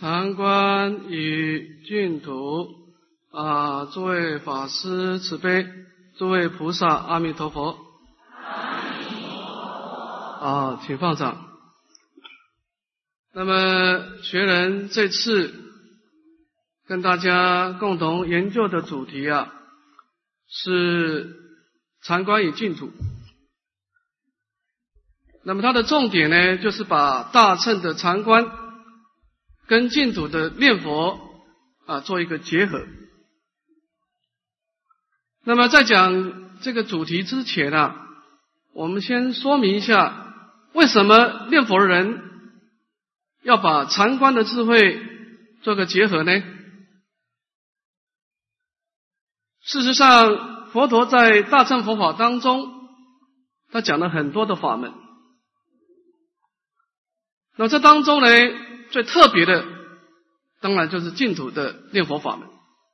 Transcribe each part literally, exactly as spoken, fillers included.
禅观与净土啊，诸位法师慈悲，诸位菩萨阿弥陀佛。 阿弥陀佛。 啊，请放掌。那么学人这次跟大家共同研究的主题啊，是禅观与净土。那么它的重点呢，就是把大乘的禅观跟净土的念佛啊做一个结合。那么在讲这个主题之前啊，我们先说明一下，为什么念佛人要把禅观的智慧做个结合呢？事实上，佛陀在大乘佛法当中，他讲了很多的法门。那这当中呢，最特别的当然就是净土的念佛法门。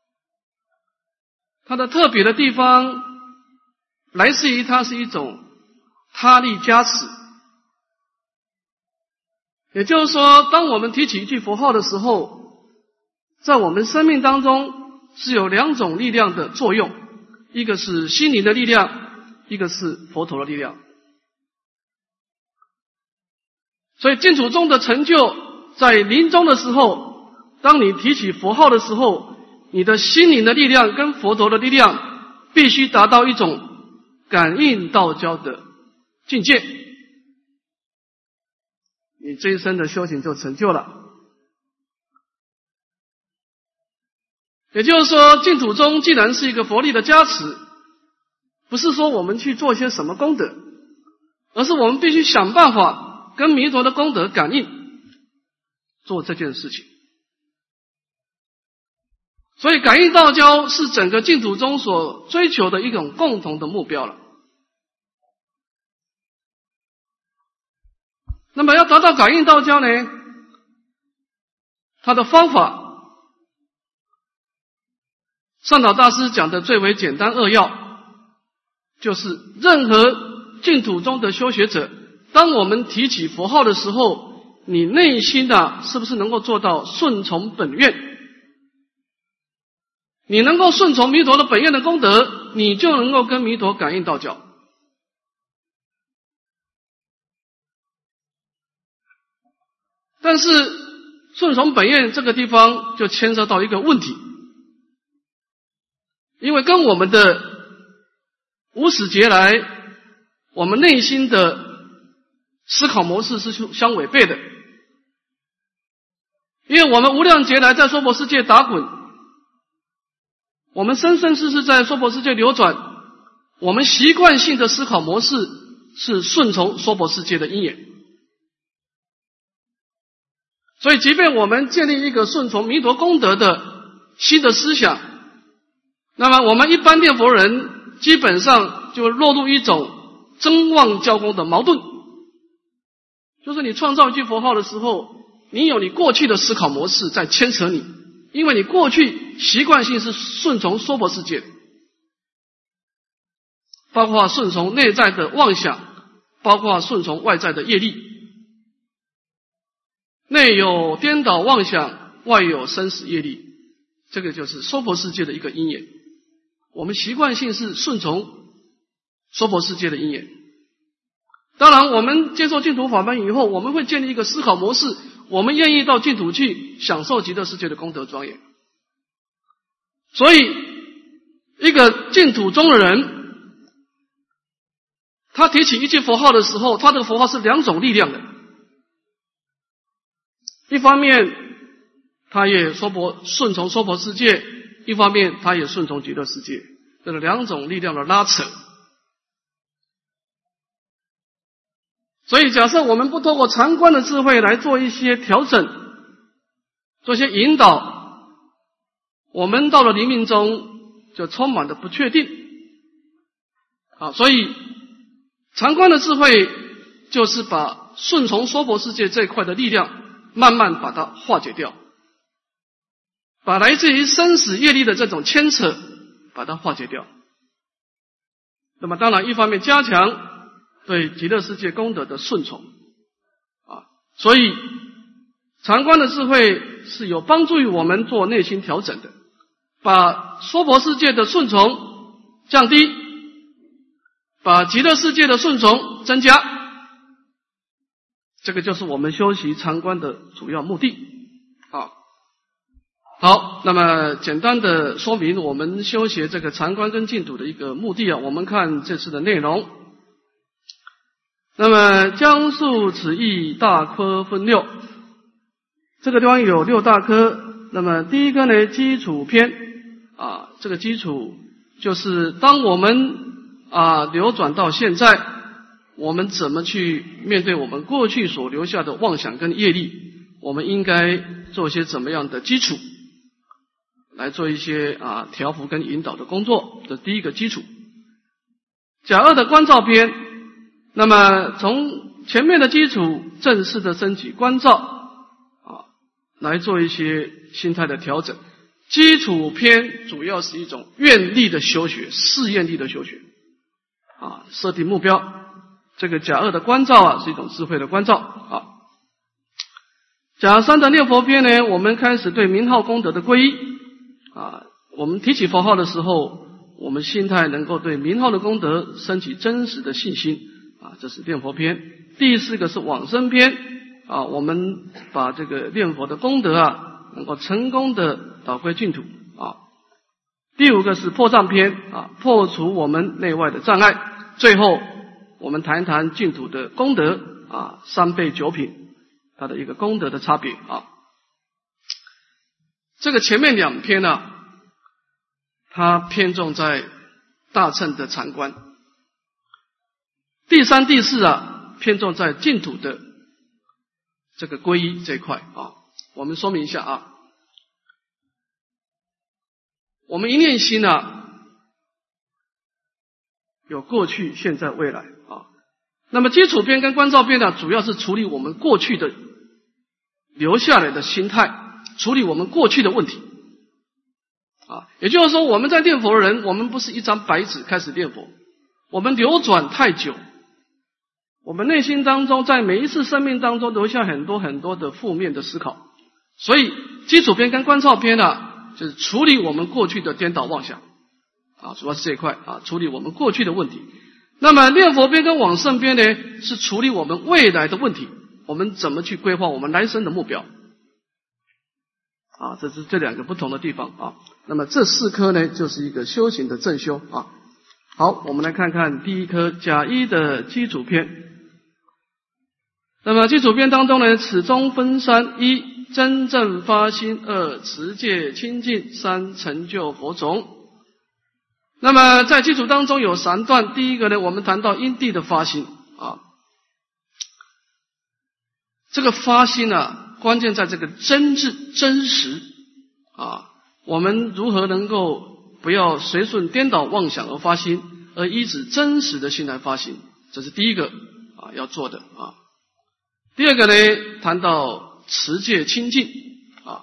它的特别的地方来自于它是一种他力加持。也就是说，当我们提起一句佛号的时候，在我们生命当中是有两种力量的作用，一个是心灵的力量，一个是佛陀的力量。所以净土宗的成就，在临终的时候，当你提起佛号的时候，你的心灵的力量跟佛陀的力量必须达到一种感应道交的境界，你这一生的修行就成就了。也就是说，净土宗既然是一个佛力的加持，不是说我们去做些什么功德，而是我们必须想办法跟弥陀的功德感应，做这件事情。所以感应道交是整个净土宗所追求的一种共同的目标了。那么要达到感应道交呢，它的方法，善导大师讲的最为简单扼要，就是任何净土宗的修学者，当我们提起佛号的时候，你内心的是不是能够做到顺从本愿？你能够顺从弥陀的本愿的功德，你就能够跟弥陀感应道交。但是顺从本愿这个地方就牵涉到一个问题，因为跟我们的无始劫来我们内心的思考模式是相违背的。因为我们无量劫来在娑婆世界打滚，我们生生世世在娑婆世界流转，我们习惯性的思考模式是顺从娑婆世界的因缘。所以即便我们建立一个顺从弥陀功德的新的思想，那么我们一般念佛人基本上就落入一种争妄教功的矛盾，就是你创造一句佛号的时候，你有你过去的思考模式在牵扯你，因为你过去习惯性是顺从娑婆世界的，包括顺从内在的妄想，包括顺从外在的业力。内有颠倒妄想，外有生死业力，这个就是娑婆世界的一个因缘。我们习惯性是顺从娑婆世界的因缘。当然我们接受净土法门以后，我们会建立一个思考模式，我们愿意到净土去享受极乐世界的功德庄严。所以一个净土宗的人，他提起一句佛号的时候，他这个佛号是两种力量的。一方面他也娑婆顺从娑婆世界，一方面他也顺从极乐世界，这是两种力量的拉扯。所以假设我们不透过禅观的智慧来做一些调整，做一些引导，我们到了临命中就充满了不确定。好，所以禅观的智慧就是把顺从娑婆世界这一块的力量慢慢把它化解掉，把来自于生死业力的这种牵扯把它化解掉。那么当然一方面加强对极乐世界功德的顺从啊，所以禅观的智慧是有帮助于我们做内心调整的，把娑婆世界的顺从降低，把极乐世界的顺从增加，这个就是我们修习禅观的主要目的。啊，好，那么简单的说明我们修学这个禅观跟净土的一个目的啊。我们看这次的内容。那么将述此义大科分六，这个地方有六大科。那么第一个呢，基础篇啊，这个基础就是当我们啊流转到现在，我们怎么去面对我们过去所留下的妄想跟业力，我们应该做些怎么样的基础，来做一些啊调伏跟引导的工作。这第一个基础。甲二的观照篇，那么从前面的基础正式的升起观照啊，来做一些心态的调整。基础篇主要是一种愿力的修学，试验力的修学啊，设定目标。这个甲二的观照啊，是一种智慧的观照啊。甲三的念佛篇呢，我们开始对名号功德的皈依啊。我们提起佛号的时候，我们心态能够对名号的功德升起真实的信心啊，这是念佛篇。第四个是往生篇啊，我们把这个念佛的功德啊，能够成功的导归净土啊。第五个是破障篇啊，破除我们内外的障碍。最后我们谈一谈净土的功德啊，三倍九品它的一个功德的差别啊。这个前面两篇呢、啊，它偏重在大乘的禅观，第三、第四啊，偏重在净土的这个皈依这一块啊。我们说明一下啊，我们一念心啊，有过去、现在、未来啊。那么基础篇跟观照篇呢，主要是处理我们过去的留下来的心态，处理我们过去的问题啊。也就是说，我们在念佛的人，我们不是一张白纸开始念佛，我们流转太久，我们内心当中在每一次生命当中留下很多很多的负面的思考。所以基础篇跟观照篇呢，就是处理我们过去的颠倒妄想啊，主要是这一块啊，处理我们过去的问题。那么念佛篇跟往生篇呢，是处理我们未来的问题，我们怎么去规划我们来生的目标啊，这是这两个不同的地方啊。那么这四科呢，就是一个修行的正修啊。好，我们来看看第一科甲一的基础篇。那么基础篇当中呢，此中分三：一、真正发心；二、持戒清净；三、成就佛种。那么在基础当中有三段，第一个呢，我们谈到因地的发心啊。这个发心啊，关键在这个真挚真实啊。我们如何能够不要随顺颠倒妄想而发心，而依止真实的心来发心，这是第一个啊要做的啊。第二个呢，谈到持戒清净啊。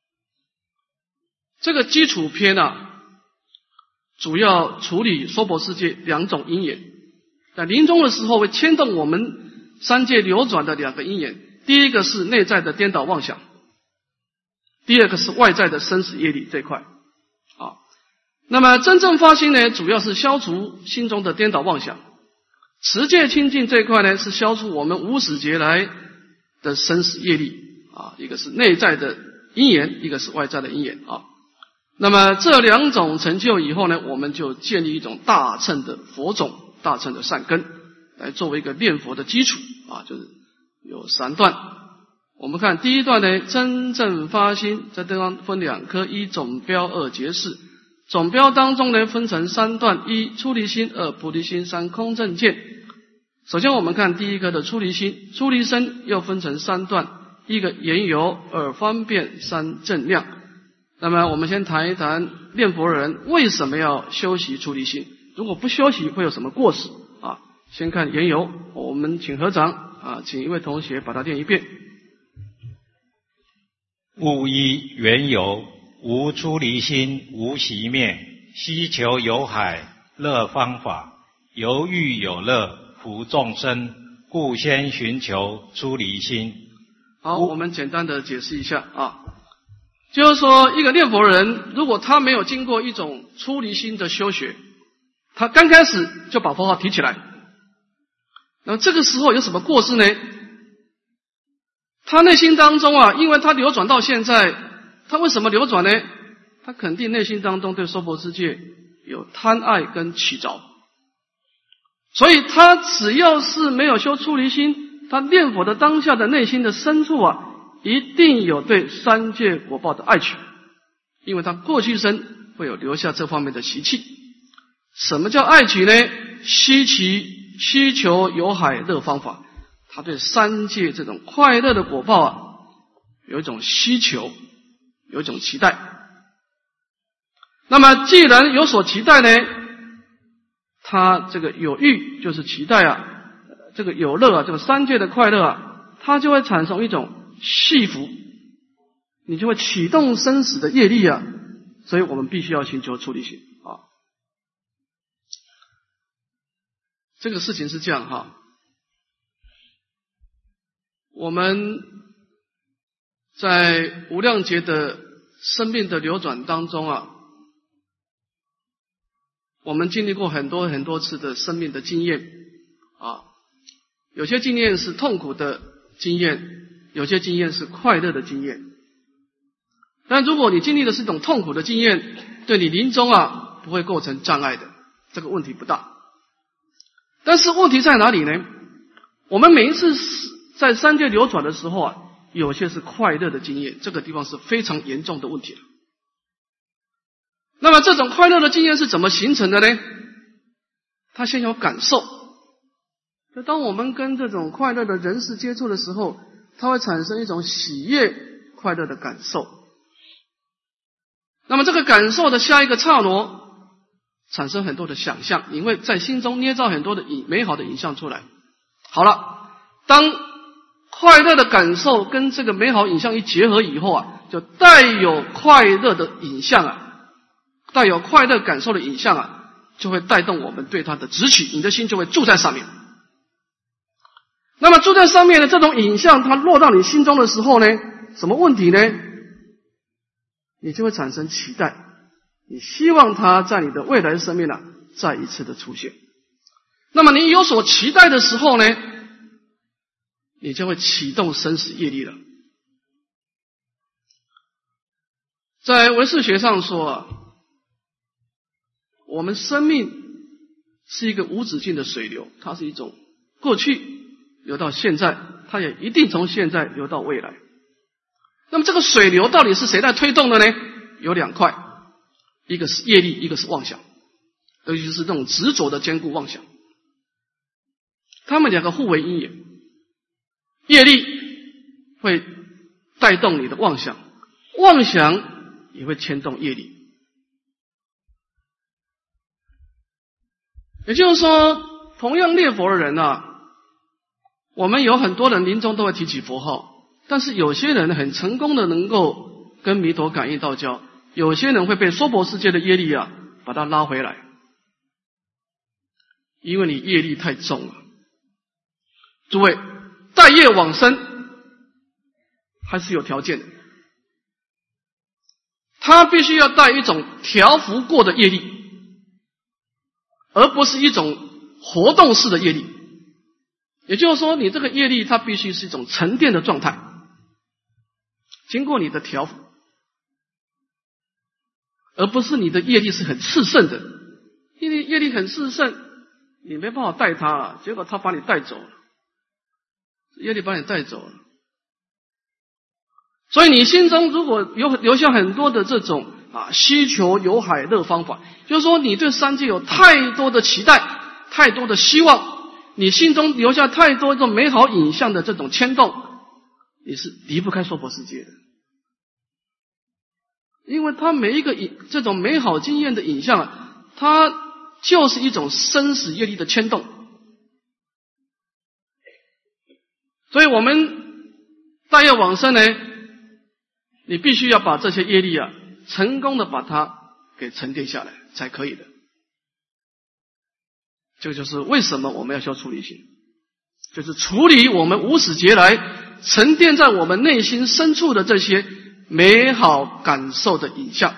这个基础篇啊，主要处理娑婆世界两种因缘，在临终的时候会牵动我们三界流转的两个因缘。第一个是内在的颠倒妄想，第二个是外在的生死业力这一块啊。那么真正发心呢，主要是消除心中的颠倒妄想。持戒清净这一块呢，是消除我们无始劫来的生死业力啊，一个是内在的因缘，一个是外在的因缘啊。那么这两种成就以后呢，我们就建立一种大乘的佛种，大乘的善根，来作为一个念佛的基础啊，就是有三段。我们看第一段呢，真正发心，这地方分两科：一总标，二结识。总标当中呢，分成三段：一出离心，二菩提心，三空正见。首先我们看第一个的出离心，出离身又分成三段：一个缘由，二方便，三正量。那么我们先谈一谈念佛人为什么要修习出离心，如果不修习会有什么过失啊？先看缘由，我们请合掌啊，请一位同学把它念一遍。 勿依缘由，无出离心，无熄灭，希求有海，乐方法，犹豫有乐，福众生，故先寻求出离心。 好，我们简单的解释一下啊，就是说一个念佛人，如果他没有经过一种出离心的修学，他刚开始就把佛号提起来，那么这个时候有什么过失呢？他内心当中啊，因为他流转到现在，他为什么流转呢？他肯定内心当中对娑婆世界有贪爱跟起着，所以他只要是没有修出离心，他念佛的当下的内心的深处啊，一定有对三界果报的爱取，因为他过去生会有留下这方面的习气。什么叫爱取呢？希其希求有海乐方法，他对三界这种快乐的果报啊，有一种希求，有一种期待。那么既然有所期待呢，他这个有欲就是期待啊，这个有乐啊，这个三界的快乐啊，它就会产生一种系福，你就会启动生死的业力啊，所以我们必须要寻求出离心啊。这个事情是这样哈，我们在无量劫的生命的流转当中啊，我们经历过很多很多次的生命的经验啊，有些经验是痛苦的经验，有些经验是快乐的经验。但如果你经历的是一种痛苦的经验，对你临终啊不会构成障碍的，这个问题不大。但是问题在哪里呢？我们每一次在三界流转的时候啊，有些是快乐的经验，这个地方是非常严重的问题了。那么这种快乐的经验是怎么形成的呢？它先有感受，就当我们跟这种快乐的人事接触的时候，它会产生一种喜悦快乐的感受。那么这个感受的下一个刹那，产生很多的想象，你会在心中捏造很多的美好的影像出来。好了，当快乐的感受跟这个美好影像一结合以后啊，就带有快乐的影像啊，带有快乐感受的影像啊，就会带动我们对它的执取，你的心就会住在上面。那么住在上面的这种影像，它落到你心中的时候呢，什么问题呢？你就会产生期待，你希望它在你的未来生命啊再一次的出现。那么你有所期待的时候呢，你就会启动生死业力了。在唯识学上说啊，我们生命是一个无止境的水流，它是一种过去流到现在，它也一定从现在流到未来。那么这个水流到底是谁在推动的呢？有两块，一个是业力，一个是妄想，尤其是这种执着的坚固妄想，他们两个互为因缘，业力会带动你的妄想，妄想也会牵动业力。也就是说，同样念佛的人啊，我们有很多人临终都会提起佛号，但是有些人很成功的能够跟弥陀感应道交，有些人会被娑婆世界的业力啊把他拉回来，因为你业力太重了。诸位，带业往生还是有条件的，他必须要带一种调伏过的业力，而不是一种活动式的业力。也就是说，你这个业力它必须是一种沉淀的状态，经过你的调伏，而不是你的业力是很炽盛的。因为业力很炽盛，你没办法带它了，结果它把你带走了，业力把你带走了。所以你心中如果有留下很多的这种啊希求有海乐方法，就是说你对三界有太多的期待，太多的希望，你心中留下太多这种美好影像的这种牵动，你是离不开娑婆世界的。因为它每一个影这种美好经验的影像啊，它就是一种生死业力的牵动。所以我们大业往生呢，你必须要把这些业力啊成功的把它给沉淀下来才可以的。这个就是为什么我们要修出离心，就是处理我们无始劫来沉淀在我们内心深处的这些美好感受的影像。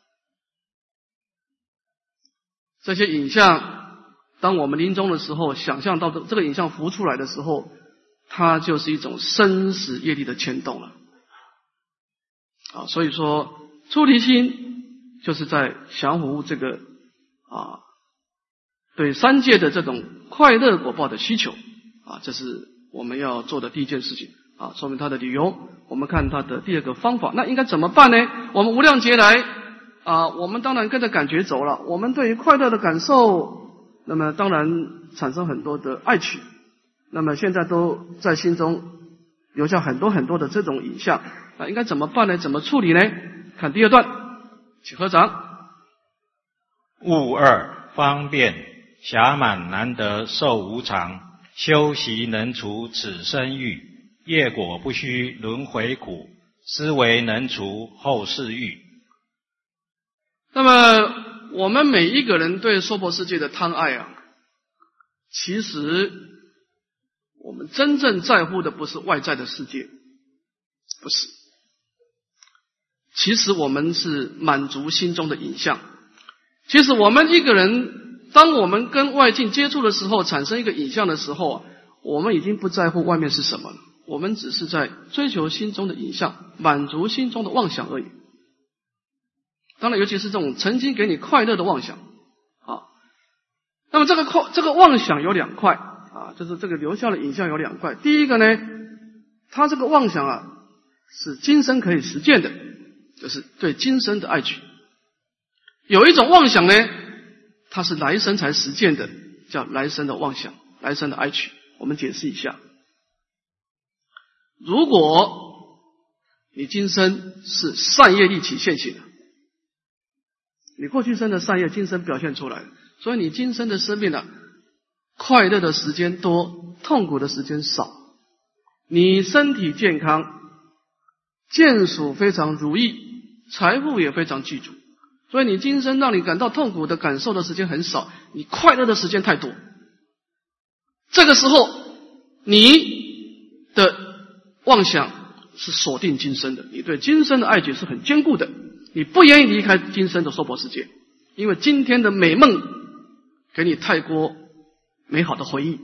这些影像，当我们临终的时候，想象到这个影像浮出来的时候，它就是一种生死业力的牵动了。啊，所以说出离心就是在降伏这个啊对三界的这种快乐果报的需求啊，这是我们要做的第一件事情啊。说明它的理由，我们看它的第二个方法，那应该怎么办呢？我们无量劫来啊，我们当然跟着感觉走了，我们对于快乐的感受，那么当然产生很多的爱取，那么现在都在心中留下很多很多的这种影像，那应该怎么办呢？怎么处理呢？看第二段，请合掌。 物二方便，暇满难得受无常，修习能除此生欲，业果不须轮回苦，思维能除后世欲。 那么我们每一个人对娑婆世界的贪爱啊，其实我们真正在乎的不是外在的世界，不是，其实我们是满足心中的影像。其实我们一个人，当我们跟外境接触的时候，产生一个影像的时候，我们已经不在乎外面是什么了，我们只是在追求心中的影像，满足心中的妄想而已。当然尤其是这种曾经给你快乐的妄想啊。那么这个快这个妄想有两块啊，就是这个留下的影像有两块。第一个呢，它这个妄想啊是今生可以实践的，就是对今生的爱取。有一种妄想呢，它是来生才实践的，叫来生的妄想，来生的爱取。我们解释一下，如果你今生是善业力起现行的，你过去生的善业今生表现出来，所以你今生的生命啊，快乐的时间多，痛苦的时间少，你身体健康，眷属非常如意，财富也非常具足，所以你今生让你感到痛苦的感受的时间很少，你快乐的时间太多。这个时候你的妄想是锁定今生的，你对今生的爱觉是很坚固的，你不愿意离开今生的娑婆世界，因为今天的美梦给你太过美好的回忆。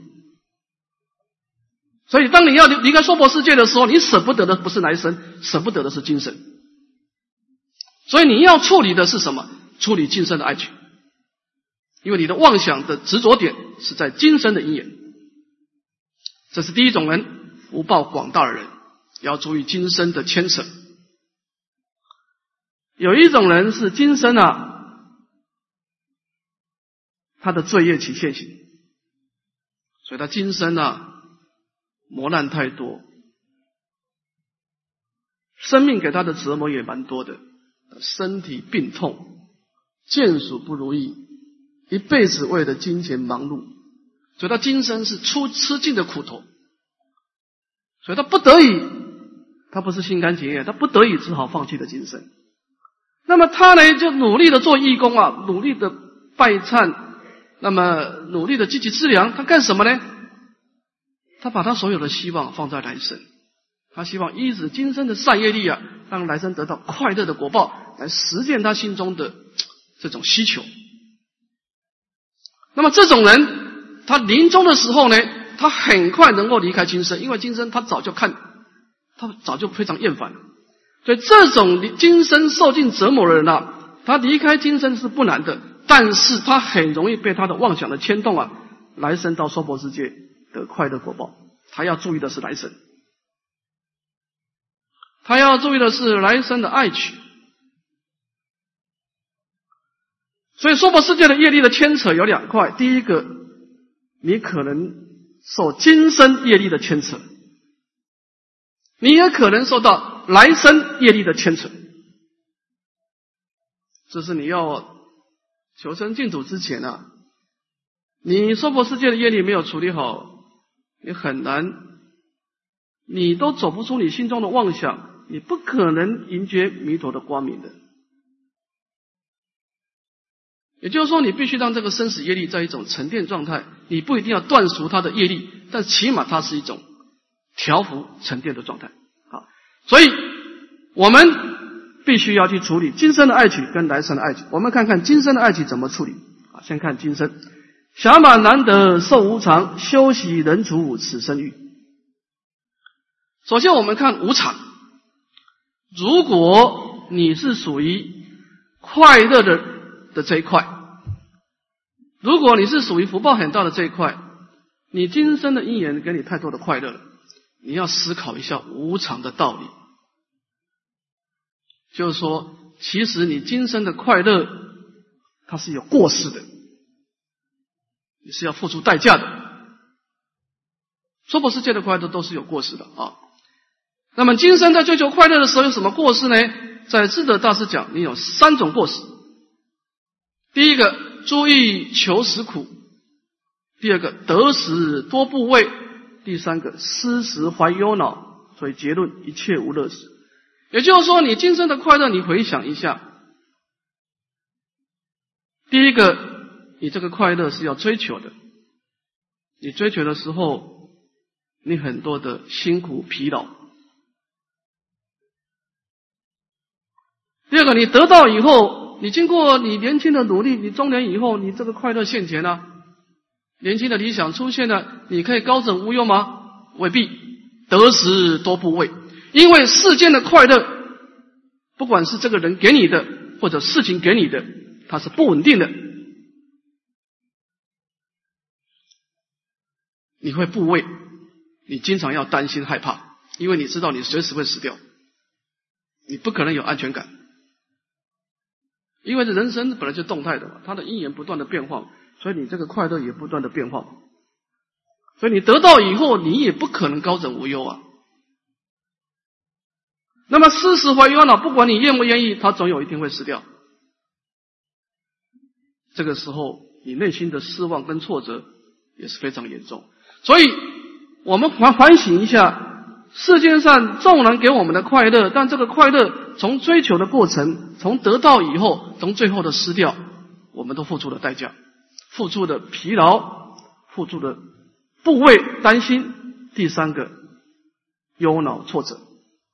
所以当你要离开娑婆世界的时候，你舍不得的不是来生，舍不得的是今生。所以你要处理的是什么？处理今生的爱情，因为你的妄想的执着点是在今生的因缘。这是第一种人，福报广大的人，要注意今生的牵扯。有一种人是今生啊，他的罪业起现行，所以他今生啊磨难太多，生命给他的折磨也蛮多的，身体病痛，眷属不如意，一辈子为了金钱忙碌，所以他今生是出吃尽的苦头，所以他不得已，他不是心甘情愿，他不得已只好放弃了今生。那么他呢，就努力的做义工啊，努力的拜忏，那么努力的积极资粮，他干什么呢？他把他所有的希望放在来生，他希望依止今生的善业力啊，让来生得到快乐的果报，来实现他心中的这种需求。那么这种人，他临终的时候呢，他很快能够离开今生，因为今生他早就看，他早就非常厌烦了。所以这种今生受尽折磨的人啊，他离开今生是不难的，但是他很容易被他的妄想的牵动啊，来生到娑婆世界的快乐果报。他要注意的是来生，他要注意的是来生的爱取。所以娑婆世界的业力的牵扯有两块，第一个，你可能受今生业力的牵扯，你也可能受到来生业力的牵扯。这是你要求生净土之前啊，你娑婆世界的业力没有处理好，你很难，你都走不出你心中的妄想，你不可能迎接弥陀的光明的。也就是说，你必须让这个生死业力在一种沉淀状态，你不一定要断除它的业力，但起码它是一种调伏沉淀的状态。啊，所以我们必须要去处理今生的爱取跟来生的爱取。我们看看今生的爱取怎么处理。啊，先看今生。暇满难得寿无常，修习能除此生欲。首先我们看无常。如果你是属于快乐的的这一块，如果你是属于福报很大的这一块，你今生的因缘给你太多的快乐了，你要思考一下无常的道理。就是说，其实你今生的快乐它是有过失的，你是要付出代价的。娑婆世界的快乐都是有过失的啊。那么今生在追求快乐的时候有什么过失呢？在智者大师讲，你有三种过失。第一个，注意求食苦；第二个，得食多部位；第三个，失食怀忧恼。所以结论，一切无乐事。也就是说，你今生的快乐，你回想一下，第一个，你这个快乐是要追求的，你追求的时候，你很多的辛苦疲劳。第二个，你得到以后，你经过你年轻的努力，你中年以后，你这个快乐现前了，年轻的理想出现了，你可以高枕无忧吗？未必。得食多部位，因为世间的快乐，不管是这个人给你的，或者事情给你的，它是不稳定的。你会部位，你经常要担心害怕，因为你知道你随时会死掉，你不可能有安全感。因为这人生本来就动态的嘛，它的因缘不断的变化，所以你这个快乐也不断的变化。所以你得到以后，你也不可能高枕无忧啊。那么失食怀忧恼，不管你愿不愿意，它总有一天会失掉。这个时候，你内心的失望跟挫折也是非常严重。所以我们反反省一下，世界上纵然给我们的快乐，但这个快乐从追求的过程，从得到以后，从最后的失掉，我们都付出了代价，付出的疲劳，付出的部位担心，第三个忧恼挫折。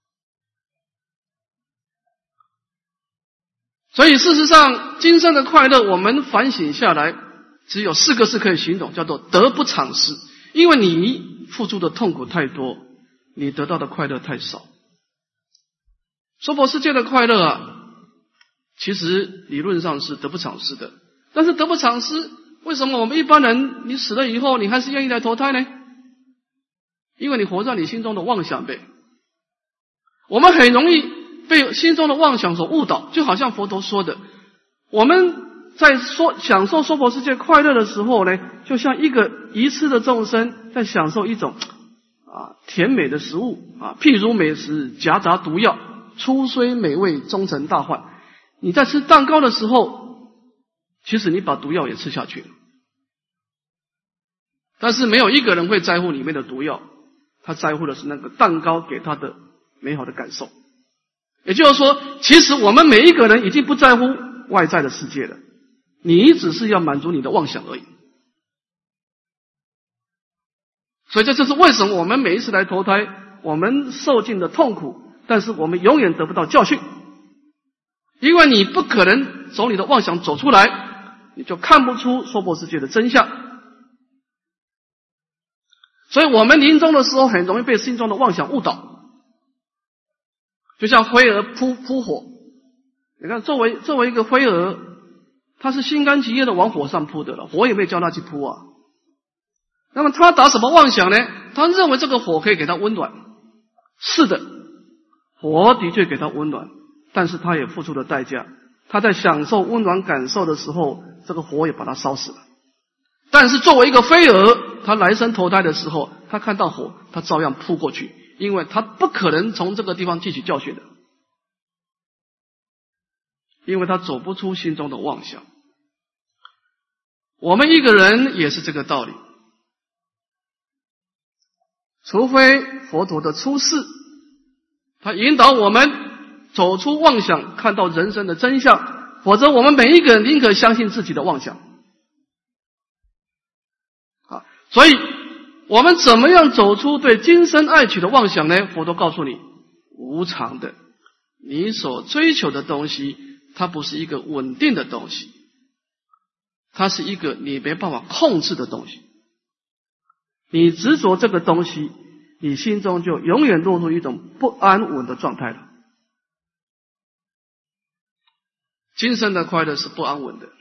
所以事实上今生的快乐，我们反省下来只有四个字可以形容，叫做得不偿失。因为你付出的痛苦太多，你得到的快乐太少。娑婆世界的快乐啊，其实理论上是得不偿失的，但是得不偿失，为什么我们一般人你死了以后你还是愿意来投胎呢？因为你活在你心中的妄想呗。我们很容易被心中的妄想所误导，就好像佛陀说的，我们在说享受娑婆世界快乐的时候呢，就像一个愚痴的众生在享受一种啊甜美的食物啊，譬如美食夹杂毒药，初虽美味，终成大患。你在吃蛋糕的时候，其实你把毒药也吃下去了，但是没有一个人会在乎里面的毒药，他在乎的是那个蛋糕给他的美好的感受。也就是说，其实我们每一个人已经不在乎外在的世界了，你只是要满足你的妄想而已。所以这就是为什么我们每一次来投胎，我们受尽了痛苦，但是我们永远得不到教训。因为你不可能从你的妄想走出来，你就看不出娑婆世界的真相。所以我们临终的时候很容易被心中的妄想误导，就像飞蛾扑扑火，你看作为作为一个飞蛾，它是心甘情愿的往火上扑的了，火也没有叫它去扑啊。那么他打什么妄想呢？他认为这个火可以给他温暖，是的，火的确给他温暖，但是他也付出了代价。他在享受温暖感受的时候，这个火也把他烧死了。但是作为一个飞蛾，他来生投胎的时候，他看到火，他照样扑过去，因为他不可能从这个地方汲取教训的，因为他走不出心中的妄想。我们一个人也是这个道理，除非佛陀的出世，他引导我们走出妄想，看到人生的真相，否则我们每一个人宁可相信自己的妄想啊。所以我们怎么样走出对今生爱取的妄想呢？佛陀告诉你，无常的，你所追求的东西，它不是一个稳定的东西，它是一个你没办法控制的东西。你执着这个东西，你心中就永远落入一种不安稳的状态了。今生的快乐是不安稳的。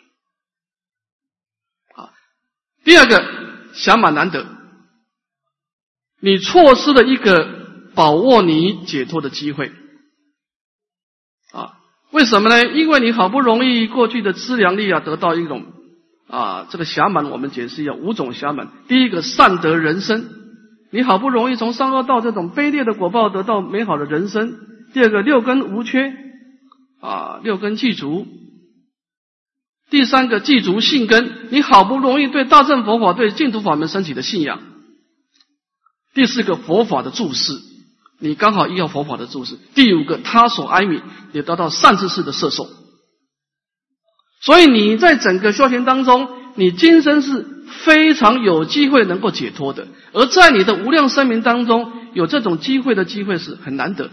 啊，第二个，暇满难得，你错失了一个把握你解脱的机会。啊，为什么呢？因为你好不容易过去的资粮力啊，得到一种啊，这个暇满我们解释一下五种暇满。第一个，善得人生，你好不容易从上恶道这种卑劣的果报得到美好的人生。第二个，六根无缺，啊，六根具足。第三个，具足信根，你好不容易对大乘佛法、对净土法门升起的信仰。第四个，佛法的注释，你刚好依照佛法的注释。第五个，他所哀悯，你得到善知识的摄受。所以你在整个修行当中，你今生是非常有机会能够解脱的，而在你的无量生命当中，有这种机会的机会是很难得的。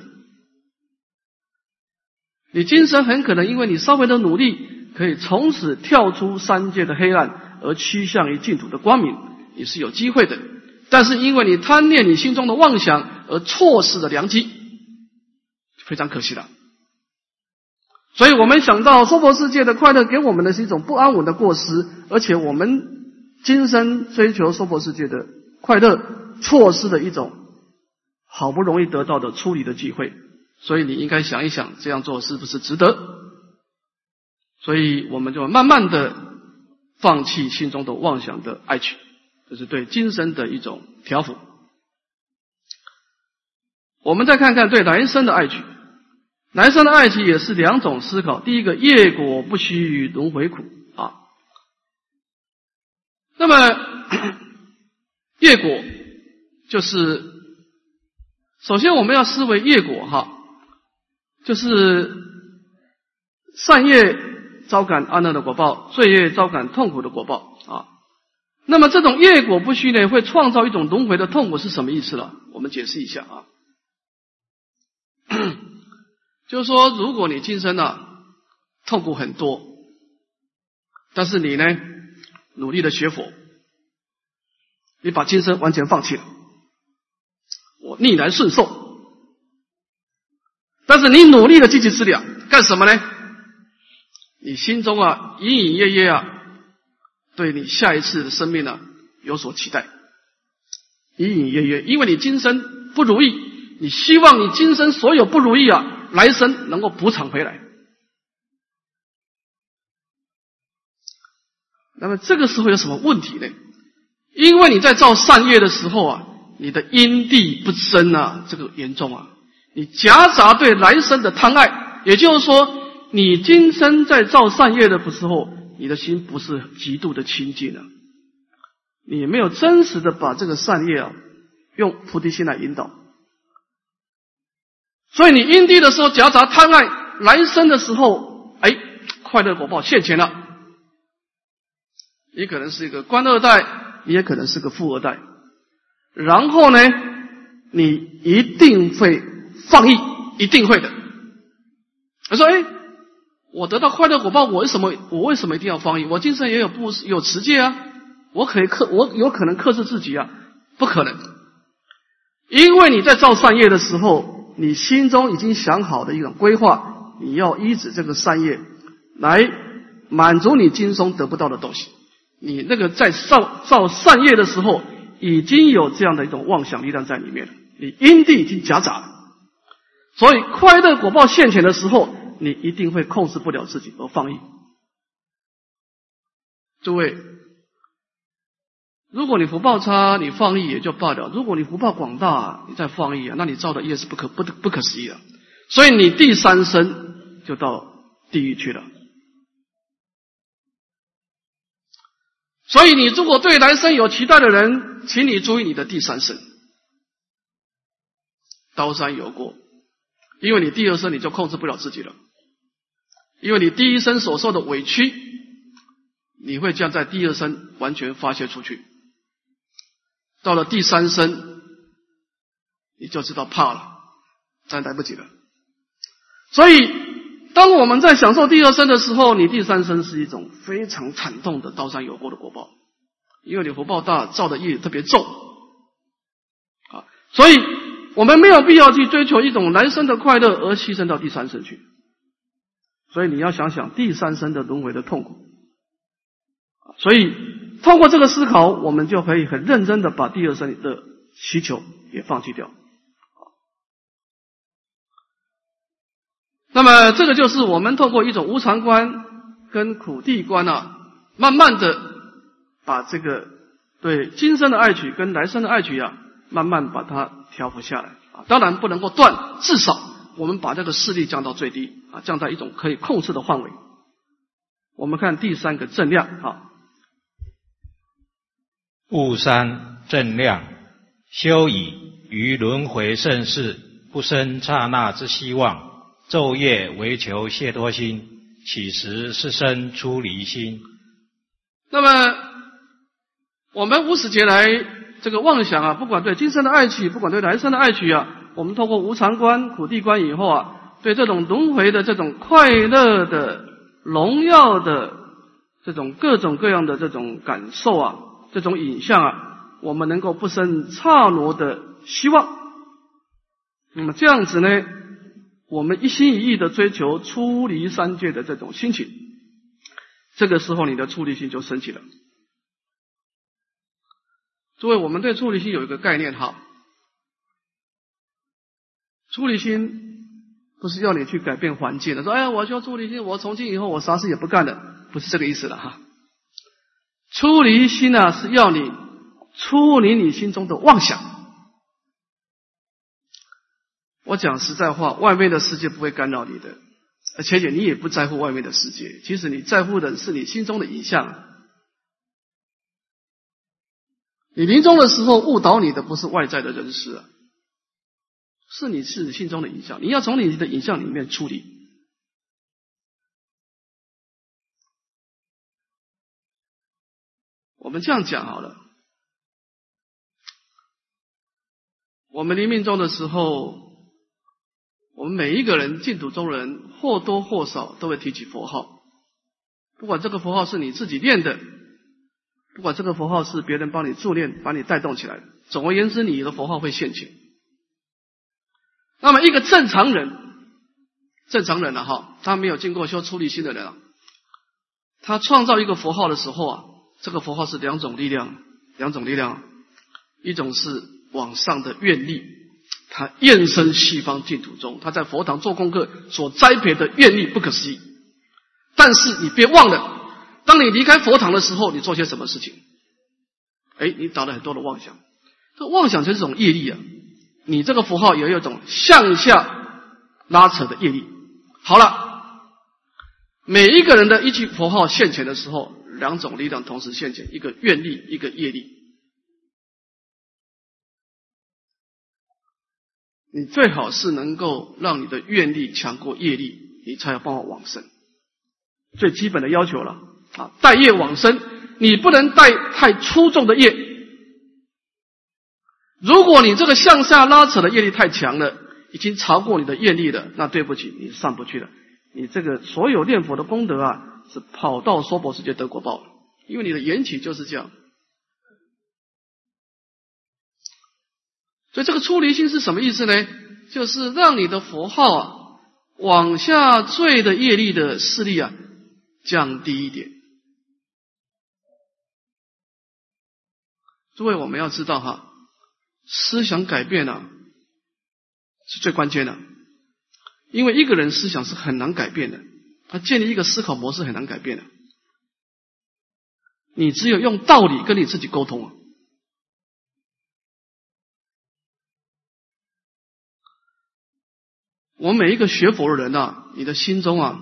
你今生很可能因为你稍微的努力，可以从此跳出三界的黑暗，而趋向于净土的光明，你是有机会的。但是因为你贪恋你心中的妄想，而错失了良机，非常可惜的。所以我们想到娑婆世界的快乐给我们的是一种不安稳的过失，而且我们今生追求娑婆世界的快乐，错失了一种好不容易得到的出离的机会。所以你应该想一想，这样做是不是值得？所以我们就慢慢的放弃心中的妄想的爱取，这是对今生的一种调伏。我们再看看对来生的爱取，来生的爱取也是两种思考。第一个，业果不须轮回苦啊。那么业果就是首先我们要思维业果哈，就是善业招感安乐的果报，罪业招感痛苦的果报啊。那么这种业果不须呢，会创造一种轮回的痛苦是什么意思了？我们解释一下啊。就是说，如果你今生啊痛苦很多，但是你呢努力的学佛，你把今生完全放弃了，我逆来顺受，但是你努力的积极资粮干什么呢？你心中啊隐隐约约啊对你下一次的生命呢、啊、有所期待，隐隐约约，因为你今生不如意，你希望你今生所有不如意啊来生能够补偿回来。那么这个时候有什么问题呢？因为你在造善业的时候啊，你的因地不真啊，这个严重啊，你夹杂对来生的贪爱，也就是说你今生在造善业的时候，你的心不是极度的清净啊，你没有真实的把这个善业啊用菩提心来引导，所以你因地的时候夹杂贪爱，来生的时候哎，快乐果报现前了，你可能是一个官二代，你也可能是个富二代，然后呢你一定会放逸，一定会的。他说哎，我得到快乐果报，我为什么我为什么一定要放逸？我今生也有布施有持戒啊，我可以克我有可能克制自己啊，不可能。因为你在造善业的时候，你心中已经想好的一种规划，你要依止这个善业来满足你今生得不到的东西。你那个在造造善业的时候，已经有这样的一种妄想力量在里面了，你因地已经夹杂了，所以快乐果报现前的时候，你一定会控制不了自己而放逸。诸位，如果你福报差，你放逸也就罢了；如果你福报广大，你再放逸啊，那你造的业是不可不不可思议的。所以你第三生就到地狱去了。所以你如果对来生有期待的人，请你注意你的第三生，刀山有过，因为你第二生你就控制不了自己了，因为你第一生所受的委屈，你会将在第二生完全发泄出去。 到了第三生，你就知道怕了，再来不及了。所以当我们在享受第二生的时候，你第三生是一种非常惨痛的刀山有过的果报，因为你福报大，造的业特别重啊，所以我们没有必要去追求一种来生的快乐而牺牲到第三生去。所以你要想想第三生的轮回的痛苦。所以通过这个思考，我们就可以很认真的把第二生的需求也放弃掉。那么这个就是我们透过一种无常观跟苦地观啊，慢慢的把这个对今生的爱取跟来生的爱取啊，慢慢把它调伏下来啊。当然不能够断，至少我们把这个势力降到最低啊，降到一种可以控制的范围。我们看第三个正量啊。 悟三正量，修以于轮回盛世，不生刹那之希望，昼夜唯求解脱心，岂时是生出离心。 那么我们无始劫来这个妄想啊，不管对今生的爱取，不管对来生的爱取啊，我们透过无常观、苦地观以后啊，对这种轮回的这种快乐的、荣耀的这种各种各样的这种感受啊，这种影像啊，我们能够不生刹那的希望。那么这样子呢，我们一心一意的追求出离三界的这种心情，这个时候你的出离心就升起了。诸位，我们对出离心有一个概念哈，出离心不是要你去改变环境的，说哎呀我要出离心，我从今以后我啥事也不干了，不是这个意思了哈。出离心啊，是要你出离你心中的妄想。我讲实在话，外面的世界不会干扰你的，而且你也不在乎外面的世界，其实你在乎的是你心中的影像。你临终的时候误导你的不是外在的人事啊，是你自己心中的影像，你要从你的影像里面处理。我们这样讲好了，我们临命终的时候，我们每一个人净土中人或多或少都会提起佛号，不管这个佛号是你自己念的，不管这个佛号是别人帮你助念把你带动起来，总而言之你的佛号会现前。那么一个正常人正常人啊哈，他没有经过修出离心的人啊，他创造一个佛号的时候啊，这个佛号是两种力量，两种力量，一种是往上的愿力，他愿生西方净土中，他在佛堂做功课所栽培的愿力不可思议。但是你别忘了，当你离开佛堂的时候，你做些什么事情？哎，你打了很多的妄想，这妄想就是一种业力啊。你这个佛号也有一种向下拉扯的业力。好了，每一个人的一句佛号现前的时候，两种力量同时现前，一个愿力，一个业力。你最好是能够让你的愿力强过业力，你才有办法往生。最基本的要求了啊，带业往生，你不能带太粗重的业。如果你这个向下拉扯的业力太强了，已经超过你的愿力了，那对不起，你上不去了。你这个所有念佛的功德啊，是跑到娑婆世界得果报了，因为你的缘起就是这样。所以这个出离心是什么意思呢？就是让你的佛号啊，往下坠的业力的势力啊，降低一点。诸位，我们要知道哈，思想改变啊，是最关键的。因为一个人思想是很难改变的，他建立一个思考模式很难改变的。你只有用道理跟你自己沟通啊。我们每一个学佛的人啊，你的心中啊，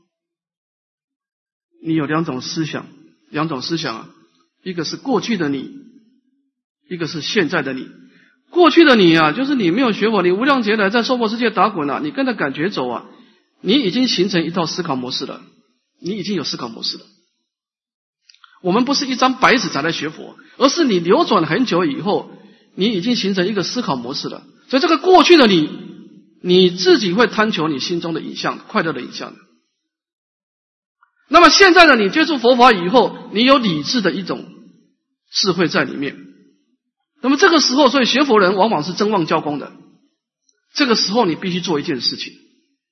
你有两种思想，两种思想啊，一个是过去的你，一个是现在的你。过去的你啊，就是你没有学佛，你无量劫来在娑婆世界打滚啊，你跟着感觉走啊，你已经形成一套思考模式了，你已经有思考模式了。 我们不是一张白纸才来学佛，而是你流转很久以后，你已经形成一个思考模式了。所以这个过去的你，你自己会贪求你心中的影像，快乐的影像。那么现在呢，你接触佛法以后，你有理智的一种智慧在里面。那么这个时候，所以学佛人往往是真忘教功的。这个时候你必须做一件事情，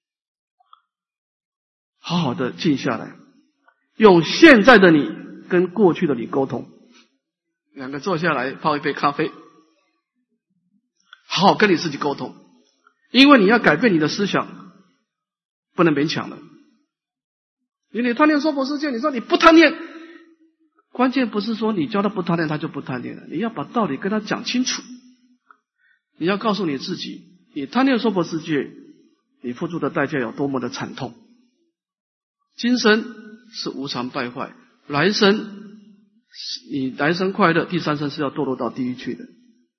好好的静下来，用现在的你跟过去的你沟通，两个坐下来泡一杯咖啡，好好跟你自己沟通，因为你要改变你的思想，不能勉强了。因为你贪恋娑婆世界，你说你不贪恋，关键不是说你教他不贪恋他就不贪恋了，你要把道理跟他讲清楚。你要告诉你自己，你贪恋娑婆世界，你付出的代价有多么的惨痛。今生是无常败坏，来生你来生快乐，第三生是要堕落到地狱去的。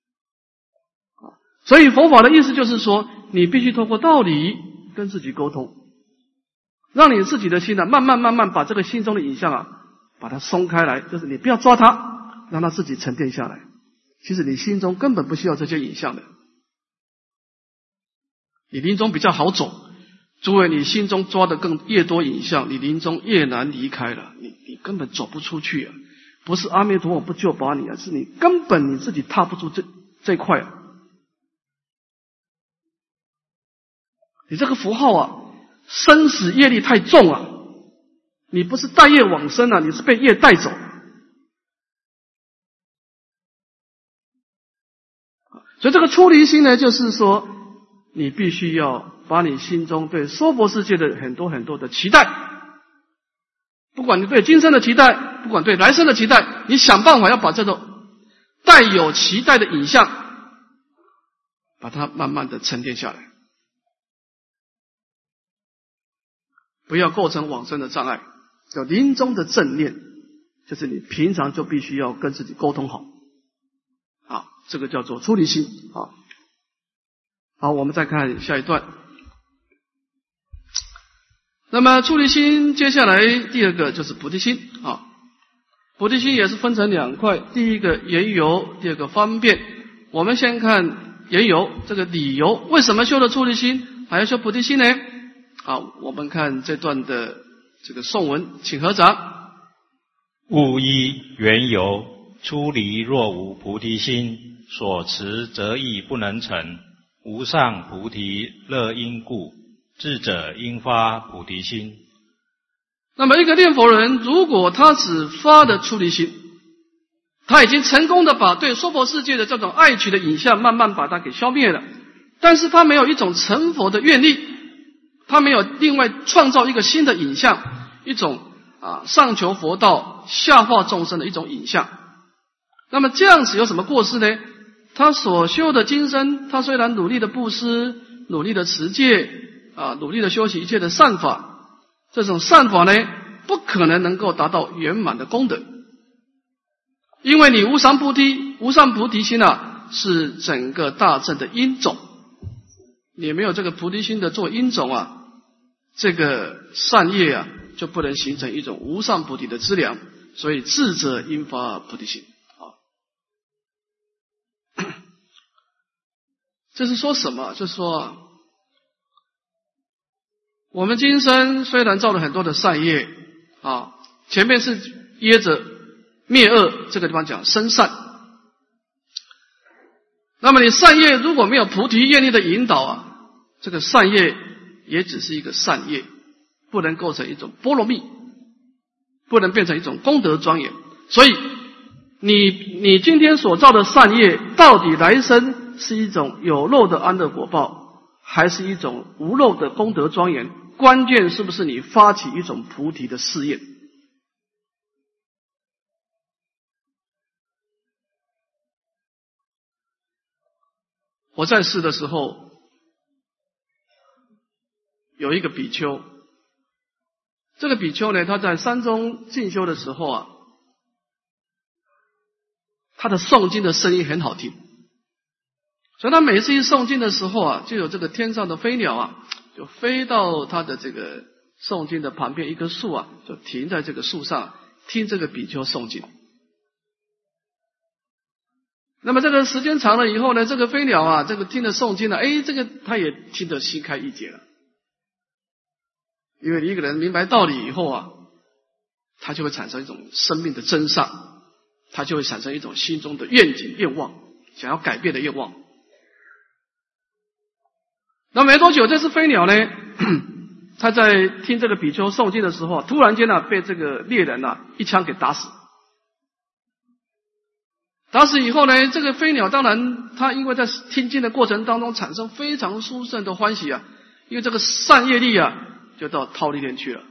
所以佛法的意思就是说，你必须透过道理跟自己沟通，让你自己的心啊，慢慢慢慢把这个心中的影像啊，把它松开来，就是你不要抓它，让它自己沉淀下来。其实你心中根本不需要这些影像的，你临终比较好走。诸位，你心中抓的更越多影像，你临终越难离开了，你你根本走不出去啊！不是阿弥陀佛不救拔你啊，是你根本你自己踏不出这这块啊！你这个符号啊，生死业力太重啊！你不是带业往生啊，你是被业带走。所以这个出离心呢，就是说你必须要把你心中对娑婆世界的很多很多的期待，不管你对今生的期待，不管对来生的期待，你想办法要把这种带有期待的影像，把它慢慢的沉淀下来，不要构成往生的障碍。叫临终的正念，就是你平常就必须要跟自己沟通好，啊，这个叫做出离心啊。好，我们再看下一段。那么出离心，接下来第二个就是菩提心啊。菩提心也是分成两块，第一个缘由，第二个方便。我们先看缘由，这个理由，为什么修了出离心还要修菩提心呢？好，我们看这段的这个颂文，请合掌。 勿依缘由，出离若无菩提心，所持则亦不能成。无上菩提乐因故，智者应发菩提心。 那么一个念佛人，如果他只发的出离心，他已经成功的把对娑婆世界的这种爱取的影像慢慢把它给消灭了，但是他没有一种成佛的愿力，他没有另外创造一个新的影像，一种啊上求佛道下化众生的一种影像。那么这样子有什么过失呢？他所修的今生，他虽然努力的布施，努力的持戒啊，努力的修习一切的善法，这种善法呢，不可能能够达到圆满的功德，因为你无上菩提，无上菩提心啊，是整个大正的因种，你没有这个菩提心的做因种啊，这个善业啊，就不能形成一种无上菩提的资粮，所以智者应发菩提心。这是说什么？就是说，我们今生虽然造了很多的善业啊，前面是掖着灭恶，这个地方讲生善。那么你善业如果没有菩提愿力的引导啊，这个善业也只是一个善业，不能构成一种波罗蜜，不能变成一种功德庄严。所以你你今天所造的善业，到底来生是一种有漏的安乐果报，还是一种无漏的功德庄严？关键是不是你发起一种菩提的誓愿？我在世的时候，有一个比丘，这个比丘呢，他在山中进修的时候啊，他的诵经的声音很好听。所以他每次一诵经的时候啊，就有这个天上的飞鸟啊，就飞到他的这个诵经的旁边一棵树啊，就停在这个树上， 听这个比丘诵经。那么这个时间长了以后呢，这个飞鸟啊，这个听了诵经了，哎，这个他也听得心开意解了。因为一个人明白道理以后啊，他就会产生一种生命的真相，他就会产生一种心中的愿景、愿望，想要改变的愿望。那没多久，这只飞鸟呢，他在听这个比丘诵经的时候，突然间呢、啊，被这个猎人啊一枪给打死。打死以后呢，这个飞鸟当然它因为在听经的过程当中产生非常殊胜的欢喜啊，因为这个善业力啊就到忉利天去了。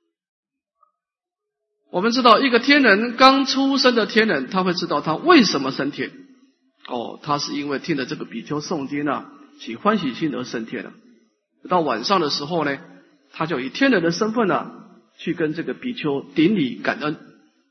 我们知道一个天人刚出生的天人，他会知道他为什么升天。哦，他是因为听了这个比丘诵经啊，起欢喜心而升天了。到晚上的时候呢，他就以天人的身份啊，去跟这个比丘顶礼感恩。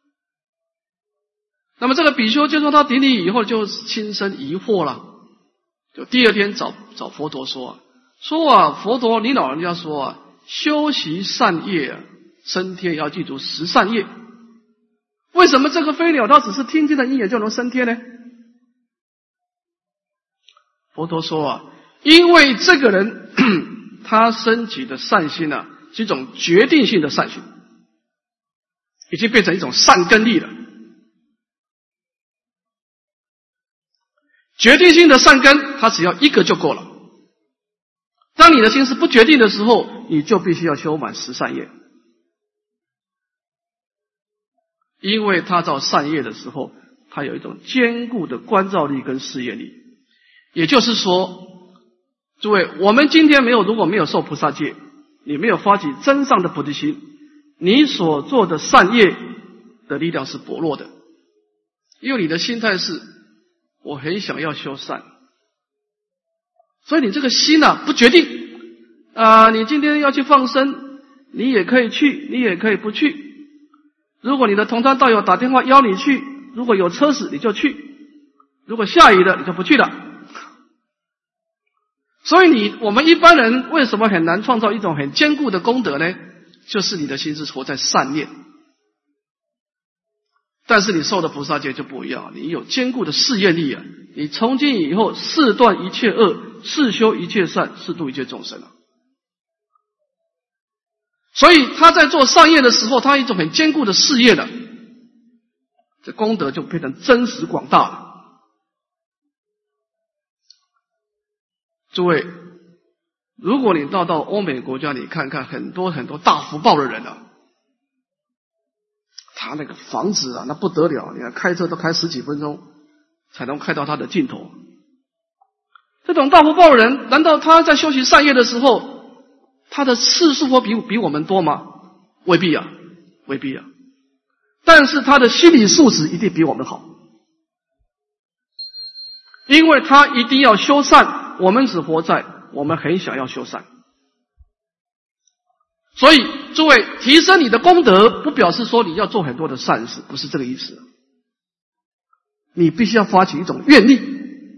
那么这个比丘接受他顶礼以后，就心生疑惑了，就第二天找找佛陀说啊，说啊，佛陀，你老人家说啊，修习善业啊，升天要记住十善业，为什么这个飞鸟它只是听经的一眼就能升天呢？佛陀说啊，因为这个人他升起的善心啊，是一种决定性的善心，已经变成一种善根力了。决定性的善根，它只要一个就够了。当你的心是不决定的时候，你就必须要修满十善业。因为他造善业的时候，他有一种坚固的观照力跟事业力。也就是说，诸位，我们今天没有如果没有受菩萨戒，你没有发起真上的菩提心，你所做的善业的力量是薄弱的，因为你的心态是我很想要修善，所以你这个心啊不决定啊、呃，你今天要去放生，你也可以去，你也可以不去。如果你的同参道友打电话邀你去，如果有车死你就去，如果下雨了你就不去了。所以你我们一般人为什么很难创造一种很坚固的功德呢？就是你的心是活在善念。但是你受的菩萨戒就不一样，你有坚固的事业力啊！你从今以后誓断一切恶，誓修一切善，誓度一切众生啊！所以他在做善业的时候，他一种很坚固的事业的，这功德就变成真实广大了。诸位，如果你到到欧美国家，你看看很多很多大福报的人啊，他那个房子啊，那不得了，你看开车都开十几分钟才能开到他的尽头。这种大福报的人，难道他在修习善业的时候，他的次数会比比我们多吗？未必啊，未必啊。但是他的心理素质一定比我们好，因为他一定要修善。我们只活在我们很想要修善，所以诸位，提升你的功德不表示说你要做很多的善事，不是这个意思。你必须要发起一种愿力。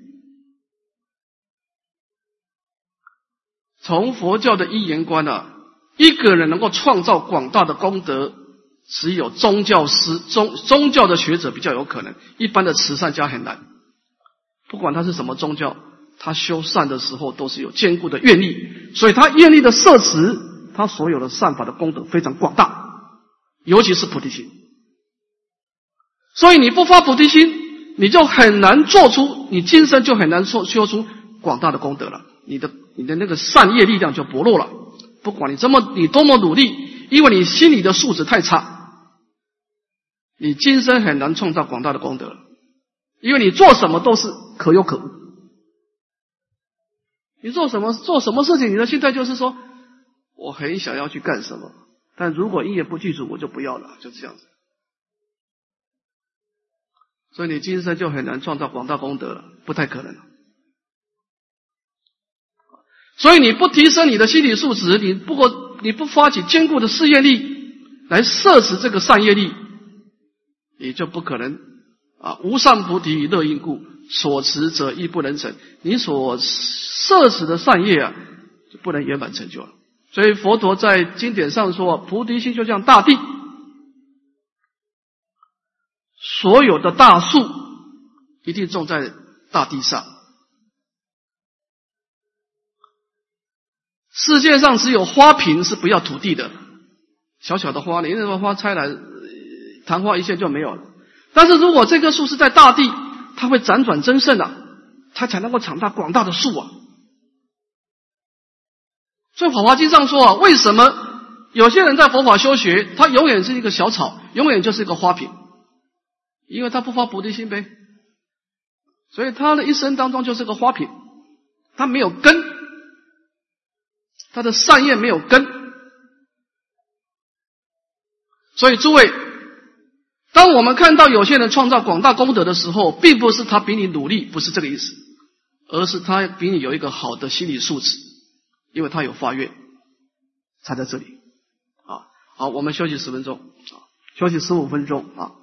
从佛教的因缘观啊，一个人能够创造广大的功德，只有宗教师、宗宗教的学者比较有可能，一般的慈善家很难。不管他是什么宗教，他修善的时候都是有坚固的愿力，所以他愿力的摄持，他所有的善法的功德非常广大，尤其是菩提心。所以你不发菩提心，你就很难做出，你今生就很难修修出广大的功德了。你的你的那个善业力量就薄弱了。不管你这么你多么努力，因为你心理的素质太差，你今生很难创造广大的功德，因为你做什么都是可有可无。你做什么做什么事情，你的心态就是说，我很想要去干什么，但如果因缘不具足，我就不要了，就这样子。所以你今生就很难创造广大功德了，不太可能。所以你不提升你的心理素质，你不过你不发起坚固的事业力来摄持这个善业力，你就不可能啊！无上菩提乐因故，所持则亦不能成。你所摄持的善业啊，就不能圆满成就了。所以佛陀在经典上说，菩提心就像大地， 所有的大树一定种在大地上。世界上只有花瓶是不要土地的，小小的花，你那么花拆来，昙花一现就没有了。但是如果这棵树是在大地，它会辗转增盛啊，它才能够长大广大的树啊。所以《法华经》上说啊，为什么有些人在佛法修学，他永远是一个小草，永远就是一个花瓶？因为他不发菩提心呗，所以他的一生当中就是个花瓶，他没有根，他的善业没有根。所以诸位，当我们看到有些人创造广大功德的时候，并不是他比你努力，不是这个意思，而是他比你有一个好的心理素质，因为他有发愿，才在这里。啊，好，我们休息十分钟，休息十五分钟啊。